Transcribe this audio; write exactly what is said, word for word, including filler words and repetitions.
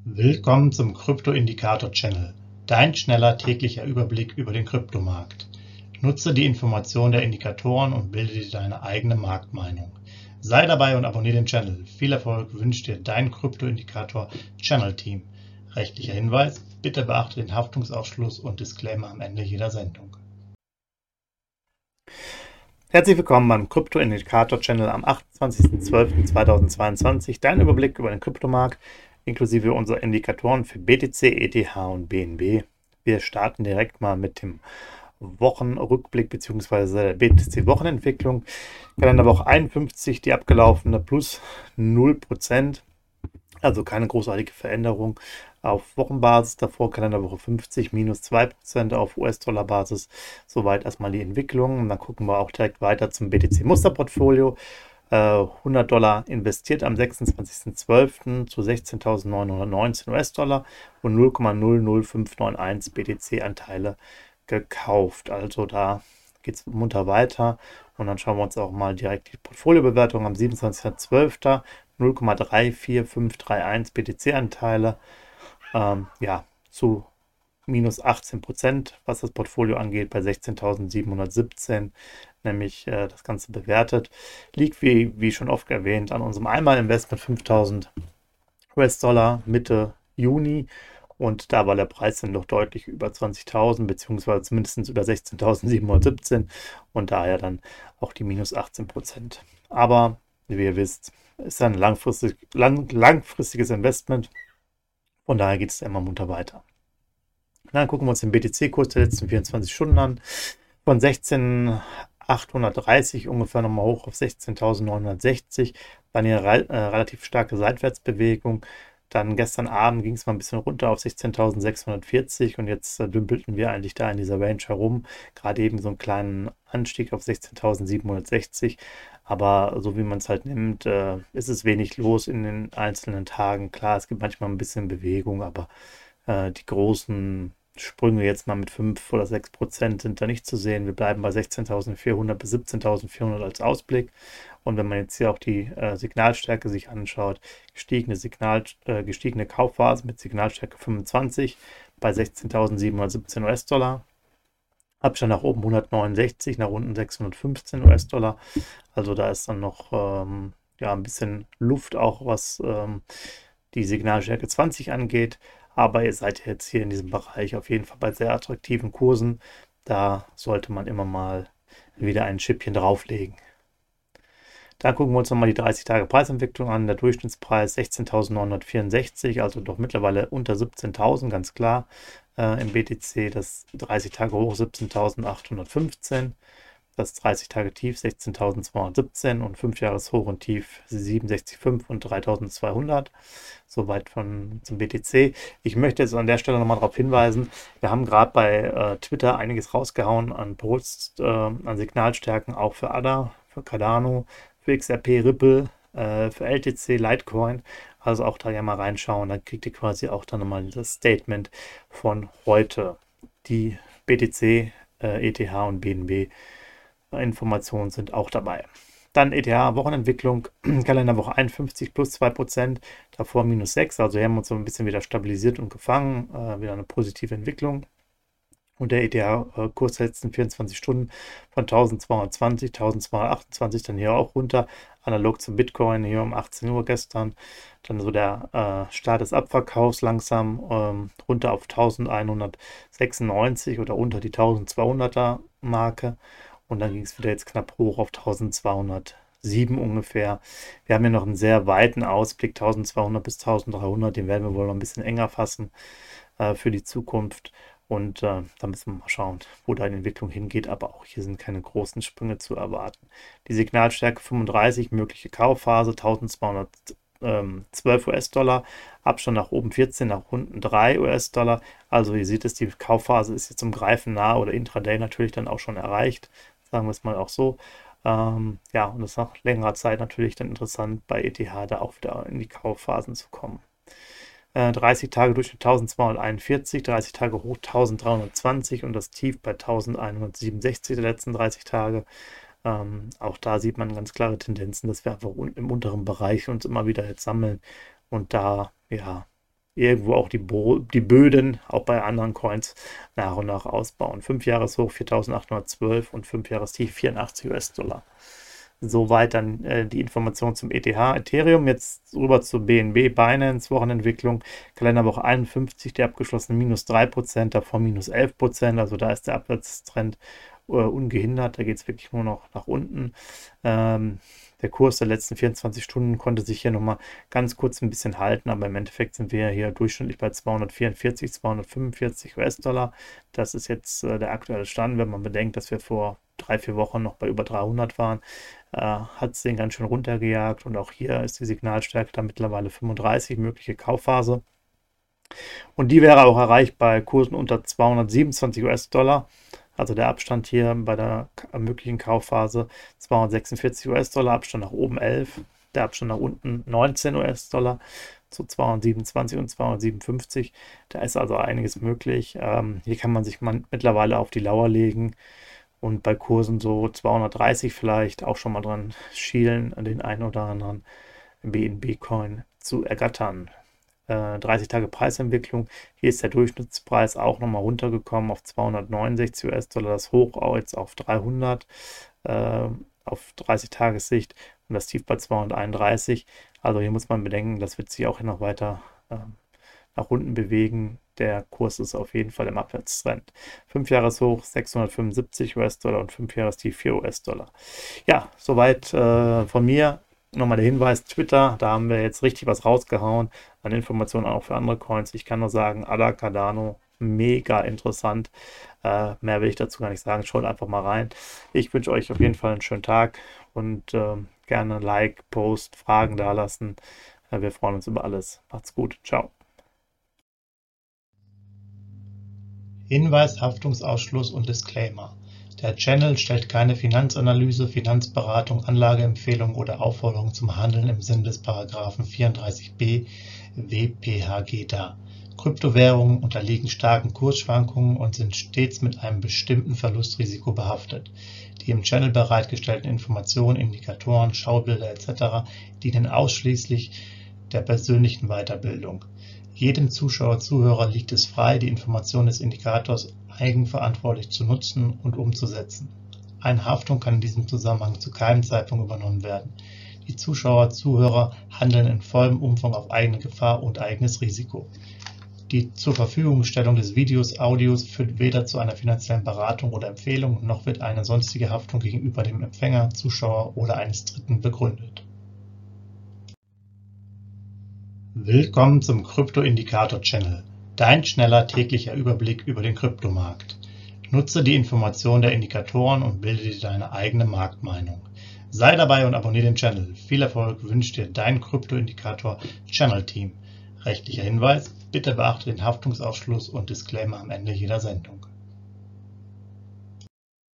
Willkommen zum Krypto-Indikator-Channel, dein schneller täglicher Überblick über den Kryptomarkt. Nutze die Informationen der Indikatoren und bilde dir deine eigene Marktmeinung. Sei dabei und abonniere den Channel. Viel Erfolg wünscht dir dein Krypto-Indikator-Channel-Team. Rechtlicher Hinweis: Bitte beachte den Haftungsausschluss und Disclaimer am Ende jeder Sendung. Herzlich willkommen beim Krypto-Indikator-Channel am achtundzwanzigsten zwölften zweitausendzweiundzwanzig. Dein Überblick über den Kryptomarkt inklusive unserer Indikatoren für B T C, E T H und B N B. Wir starten direkt mal mit dem Wochenrückblick bzw. der B T C-Wochenentwicklung. Kalenderwoche einundfünfzig, die abgelaufene, plus null Prozent. Also keine großartige Veränderung auf Wochenbasis. Davor Kalenderwoche fünfzig, minus zwei Prozent auf U S-Dollar-Basis. Soweit erstmal die Entwicklung. Und dann gucken wir auch direkt weiter zum B T C-Musterportfolio. Äh, hundert Dollar investiert am sechsundzwanzigsten zwölften zu sechzehntausendneunhundertneunzehn U S-Dollar und null Komma null null fünf neun eins B T C-Anteile gekauft. Also da geht es munter weiter. Und dann schauen wir uns auch mal direkt die Portfoliobewertung am siebenundzwanzigsten zwölften null Komma drei vier fünf drei eins B T C-Anteile, ähm, ja, zu minus achtzehn Prozent, was das Portfolio angeht, bei sechzehntausendsiebenhundertsiebzehn, nämlich äh, das Ganze bewertet. Liegt, wie, wie schon oft erwähnt, an unserem Einmal-Investment fünftausend U S-Dollar Mitte Juni. Und da war der Preis dann doch deutlich über zwanzigtausend, beziehungsweise mindestens über sechzehntausendsiebenhundertsiebzehn und daher dann auch die minus achtzehn Prozent. Aber wie ihr wisst, ist ein langfristig, lang, langfristiges Investment. Von daher geht es immer munter weiter. Dann gucken wir uns den B T C-Kurs der letzten vierundzwanzig Stunden an. Von sechzehntausendachthundertdreißig ungefähr nochmal hoch auf sechzehntausendneunhundertsechzig. Dann eine äh, relativ starke Seitwärtsbewegung. Dann gestern Abend ging es mal ein bisschen runter auf sechzehntausendsechshundertvierzig und jetzt äh, dümpelten wir eigentlich da in dieser Range herum. Gerade eben so einen kleinen Anstieg auf sechzehntausendsiebenhundertsechzig. Aber so wie man es halt nimmt, äh, ist es wenig los in den einzelnen Tagen. Klar, es gibt manchmal ein bisschen Bewegung, aber äh, die großen Sprünge jetzt mal mit fünf oder sechs Prozent sind da nicht zu sehen. Wir bleiben bei sechzehntausendvierhundert bis siebzehntausendvierhundert als Ausblick. Und wenn man jetzt hier auch die äh, Signalstärke sich anschaut, gestiegene, Signal, äh, gestiegene Kaufphase mit Signalstärke fünfundzwanzig bei sechzehntausendsiebenhundertsiebzehn U S-Dollar. Abstand nach oben hundertneunundsechzig, nach unten sechshundertfünfzehn U S-Dollar. Also da ist dann noch ähm, ja, ein bisschen Luft, auch was ähm, die Signalstärke zwanzig angeht. Aber ihr seid jetzt hier in diesem Bereich auf jeden Fall bei sehr attraktiven Kursen. Da sollte man immer mal wieder ein Schippchen drauflegen. Dann gucken wir uns nochmal die dreißig Tage Preisentwicklung an. Der Durchschnittspreis sechzehntausendneunhundertvierundsechzig, also doch mittlerweile unter siebzehntausend, ganz klar. Äh, Im B T C das dreißig Tage hoch siebzehntausendachthundertfünfzehn. Das dreißig Tage Tief sechzehntausendzweihundertsiebzehn und fünf Jahres Hoch und Tief siebenundsechzig Komma fünf und dreitausendzweihundert. Soweit von, zum B T C. Ich möchte jetzt an der Stelle nochmal darauf hinweisen, wir haben gerade bei äh, Twitter einiges rausgehauen an Posts, äh, an Signalstärken, auch für A D A, für Cardano, für X R P, Ripple, äh, für L T C, Litecoin. Also auch da ja mal reinschauen, dann kriegt ihr quasi auch dann nochmal das Statement von heute. Die B T C, äh, E T H und B N B Informationen sind auch dabei. Dann E T H-Wochenentwicklung, Kalenderwoche einundfünfzig plus zwei Prozent, davor minus sechs, also hier haben wir uns so ein bisschen wieder stabilisiert und gefangen, äh, wieder eine positive Entwicklung. Und der E T H-Kurs der letzten vierundzwanzig Stunden von eintausendzweihundertzwanzig, eintausendzweihundertachtundzwanzig dann hier auch runter, analog zum Bitcoin hier um achtzehn Uhr gestern. Dann so der äh, Start des Abverkaufs langsam ähm, runter auf elfhundertsechsundneunzig oder unter die eintausendzweihunderter Marke. Und dann ging es wieder jetzt knapp hoch auf eintausendzweihundertsieben ungefähr. Wir haben hier noch einen sehr weiten Ausblick, eintausendzweihundert bis eintausenddreihundert. Den werden wir wohl noch ein bisschen enger fassen äh, für die Zukunft. Und äh, da müssen wir mal schauen, wo da die Entwicklung hingeht. Aber auch hier sind keine großen Sprünge zu erwarten. Die Signalstärke fünfunddreißig, mögliche Kaufphase eintausendzweihundertzwölf U S-Dollar. Abstand nach oben vierzehn, nach unten drei U S-Dollar. Also ihr seht es, die Kaufphase ist jetzt zum Greifen nahe oder Intraday natürlich dann auch schon erreicht. Sagen wir es mal auch so. Ähm, ja, und das ist nach längerer Zeit natürlich dann interessant, bei E T H da auch wieder in die Kaufphasen zu kommen. Äh, dreißig Tage durch eintausendzweihunderteinundvierzig, dreißig Tage hoch eintausenddreihundertzwanzig und das Tief bei elfhundertsiebenundsechzig der letzten dreißig Tage. Ähm, auch da sieht man ganz klare Tendenzen, dass wir einfach un im unteren Bereich uns immer wieder jetzt sammeln und da ja irgendwo auch die, Bo die Böden auch bei anderen Coins nach und nach ausbauen. fünf Jahreshoch viertausendachthundertzwölf und fünf Jahrestief vierundachtzig US-Dollar. Soweit dann äh, die Information zum E T H, Ethereum. Jetzt rüber zu B N B, Binance, Wochenentwicklung, Kalenderwoche einundfünfzig, der abgeschlossene minus drei Prozent, davor minus elf Prozent, also da ist der Abwärtstrend äh, ungehindert, da geht es wirklich nur noch nach unten. Ähm, der Kurs der letzten vierundzwanzig Stunden konnte sich hier nochmal ganz kurz ein bisschen halten, aber im Endeffekt sind wir hier durchschnittlich bei zweihundertvierundvierzig, zweihundertfünfundvierzig US-Dollar. Das ist jetzt äh, der aktuelle Stand, wenn man bedenkt, dass wir vor drei, vier Wochen noch bei über dreihundert waren. Äh, hat es den ganz schön runtergejagt und auch hier ist die Signalstärke dann mittlerweile fünfunddreißig, mögliche Kaufphase. Und die wäre auch erreicht bei Kursen unter zweihundertsiebenundzwanzig US-Dollar. Also der Abstand hier bei der möglichen Kaufphase zweihundertsechsundvierzig US-Dollar, Abstand nach oben elf, der Abstand nach unten neunzehn US-Dollar zu zweihundertsiebenundzwanzig und zweihundertsiebenundfünfzig. Da ist also einiges möglich. Ähm, hier kann man sich man mittlerweile auf die Lauer legen und bei Kursen so zweihundertdreißig vielleicht auch schon mal dran schielen, an den einen oder anderen B N B-Coin zu ergattern. Äh, dreißig Tage Preisentwicklung, hier ist der Durchschnittspreis auch nochmal runtergekommen auf zweihundertneunundsechzig US-Dollar, das Hoch auch jetzt auf dreihundert äh, auf dreißig Tagessicht und das Tief bei zweihunderteinunddreißig. Also hier muss man bedenken, das wird sich auch noch weiter äh, nach unten bewegen. Der Kurs ist auf jeden Fall im Abwärtstrend. fünf Jahreshoch sechshundertfünfundsiebzig US-Dollar und fünf Jahrestief vier US-Dollar. Ja, soweit äh, von mir. Nochmal der Hinweis, Twitter, da haben wir jetzt richtig was rausgehauen an Informationen auch für andere Coins. Ich kann nur sagen, A D A, Cardano, mega interessant. Äh, mehr will ich dazu gar nicht sagen. Schaut einfach mal rein. Ich wünsche euch auf jeden Fall einen schönen Tag und äh, gerne Like, Post, Fragen da lassen. Äh, wir freuen uns über alles. Macht's gut. Ciao. Hinweis, Haftungsausschluss und Disclaimer. Der Channel stellt keine Finanzanalyse, Finanzberatung, Anlageempfehlung oder Aufforderung zum Handeln im Sinne des Paragraphen vierunddreißig b W P H G dar. Kryptowährungen unterliegen starken Kursschwankungen und sind stets mit einem bestimmten Verlustrisiko behaftet. Die im Channel bereitgestellten Informationen, Indikatoren, Schaubilder et cetera dienen ausschließlich der persönlichen Weiterbildung. Jedem Zuschauer, Zuhörer liegt es frei, die Information des Indikators eigenverantwortlich zu nutzen und umzusetzen. Eine Haftung kann in diesem Zusammenhang zu keinem Zeitpunkt übernommen werden. Die Zuschauer, Zuhörer handeln in vollem Umfang auf eigene Gefahr und eigenes Risiko. Die zur Verfügungstellung des Videos, Audios führt weder zu einer finanziellen Beratung oder Empfehlung, noch wird eine sonstige Haftung gegenüber dem Empfänger, Zuschauer oder eines Dritten begründet. Willkommen zum Krypto-Indikator-Channel, dein schneller täglicher Überblick über den Kryptomarkt. Nutze die Informationen der Indikatoren und bilde dir deine eigene Marktmeinung. Sei dabei und abonniere den Channel. Viel Erfolg wünscht dir dein Krypto-Indikator-Channel-Team. Rechtlicher Hinweis: Bitte beachte den Haftungsausschluss und Disclaimer am Ende jeder Sendung.